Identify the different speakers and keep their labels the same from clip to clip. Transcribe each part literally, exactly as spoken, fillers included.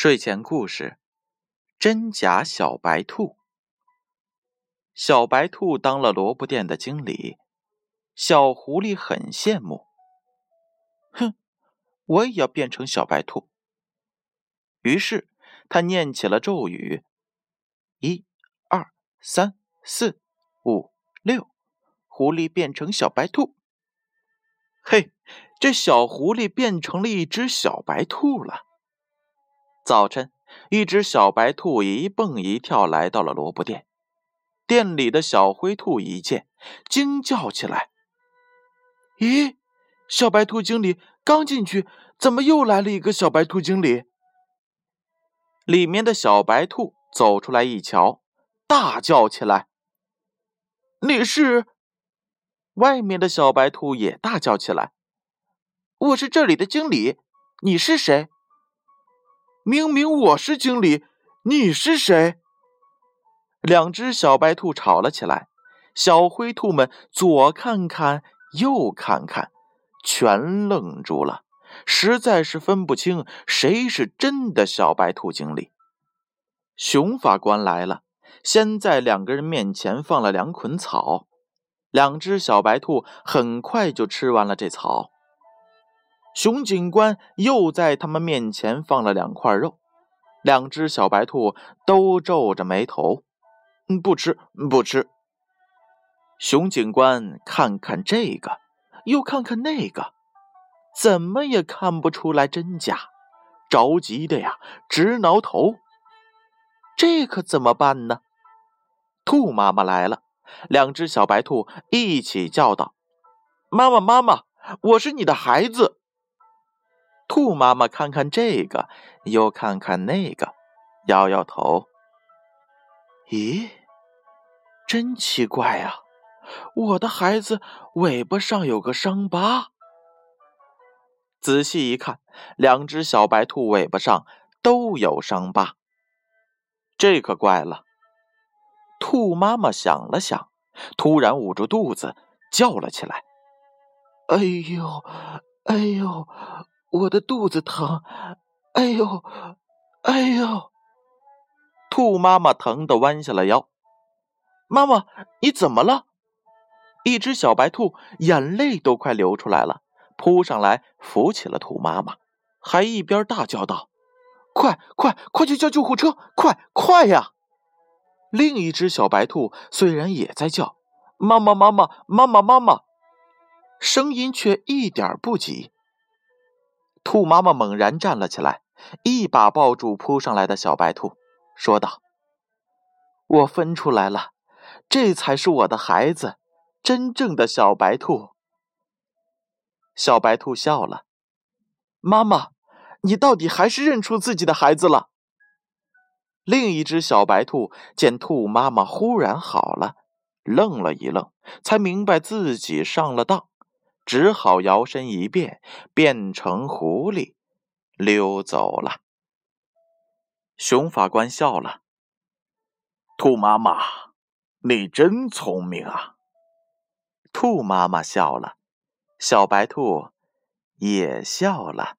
Speaker 1: 睡前故事：真假小白兔。小白兔当了萝卜店的经理，小狐狸很羡慕。哼，我也要变成小白兔。于是他念起了咒语：一、二、三、四、五、六，狐狸变成小白兔。嘿，这小狐狸变成了一只小白兔了。早晨，一只小白兔一蹦一跳来到了萝卜店。店里的小灰兔一见，惊叫起来：咦，小白兔经理刚进去，怎么又来了一个小白兔经理？里面的小白兔走出来一瞧，大叫起来：你是？外面的小白兔也大叫起来：我是这里的经理，你是谁？明明我是经理，你是谁？两只小白兔吵了起来，小灰兔们左看看右看看，全愣住了，实在是分不清谁是真的小白兔经理。熊法官来了，先在两个人面前放了两捆草，两只小白兔很快就吃完了这草。熊警官又在他们面前放了两块肉，两只小白兔都皱着眉头，不吃不吃。熊警官看看这个又看看那个，怎么也看不出来真假，着急的呀直挠头。这可怎么办呢？兔妈妈来了，两只小白兔一起叫道：妈妈妈妈，我是你的孩子。兔妈妈看看这个又看看那个，摇摇头：咦，真奇怪啊，我的孩子尾巴上有个伤疤。仔细一看，两只小白兔尾巴上都有伤疤。这可怪了。兔妈妈想了想，突然捂住肚子叫了起来：哎呦哎呦，我的肚子疼，哎呦哎呦。兔妈妈疼得弯下了腰。妈妈，你怎么了？一只小白兔眼泪都快流出来了，扑上来扶起了兔妈妈，还一边大叫道：快快快去叫救护车，快快呀！另一只小白兔虽然也在叫妈妈妈妈妈妈妈妈，声音却一点不急。兔妈妈猛然站了起来，一把抱住扑上来的小白兔，说道：我分出来了，这才是我的孩子，真正的小白兔。小白兔笑了：妈妈，你到底还是认出自己的孩子了。另一只小白兔见兔妈妈忽然好了，愣了一愣，才明白自己上了当，只好摇身一变，变成狐狸溜走了。熊法官笑了：兔妈妈，你真聪明啊。兔妈妈笑了，小白兔也笑了。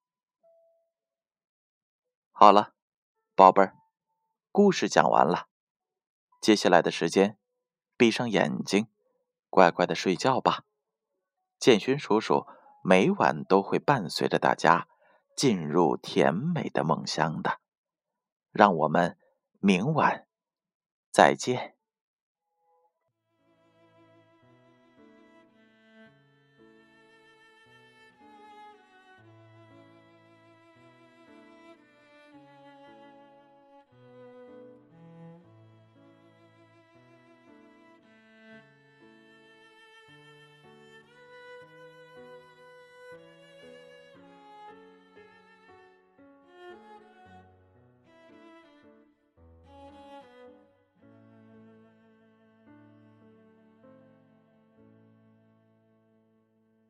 Speaker 1: 好了，宝贝儿，故事讲完了。接下来的时间，闭上眼睛，乖乖的睡觉吧。建勋叔叔每晚都会伴随着大家进入甜美的梦乡的。让我们明晚再见。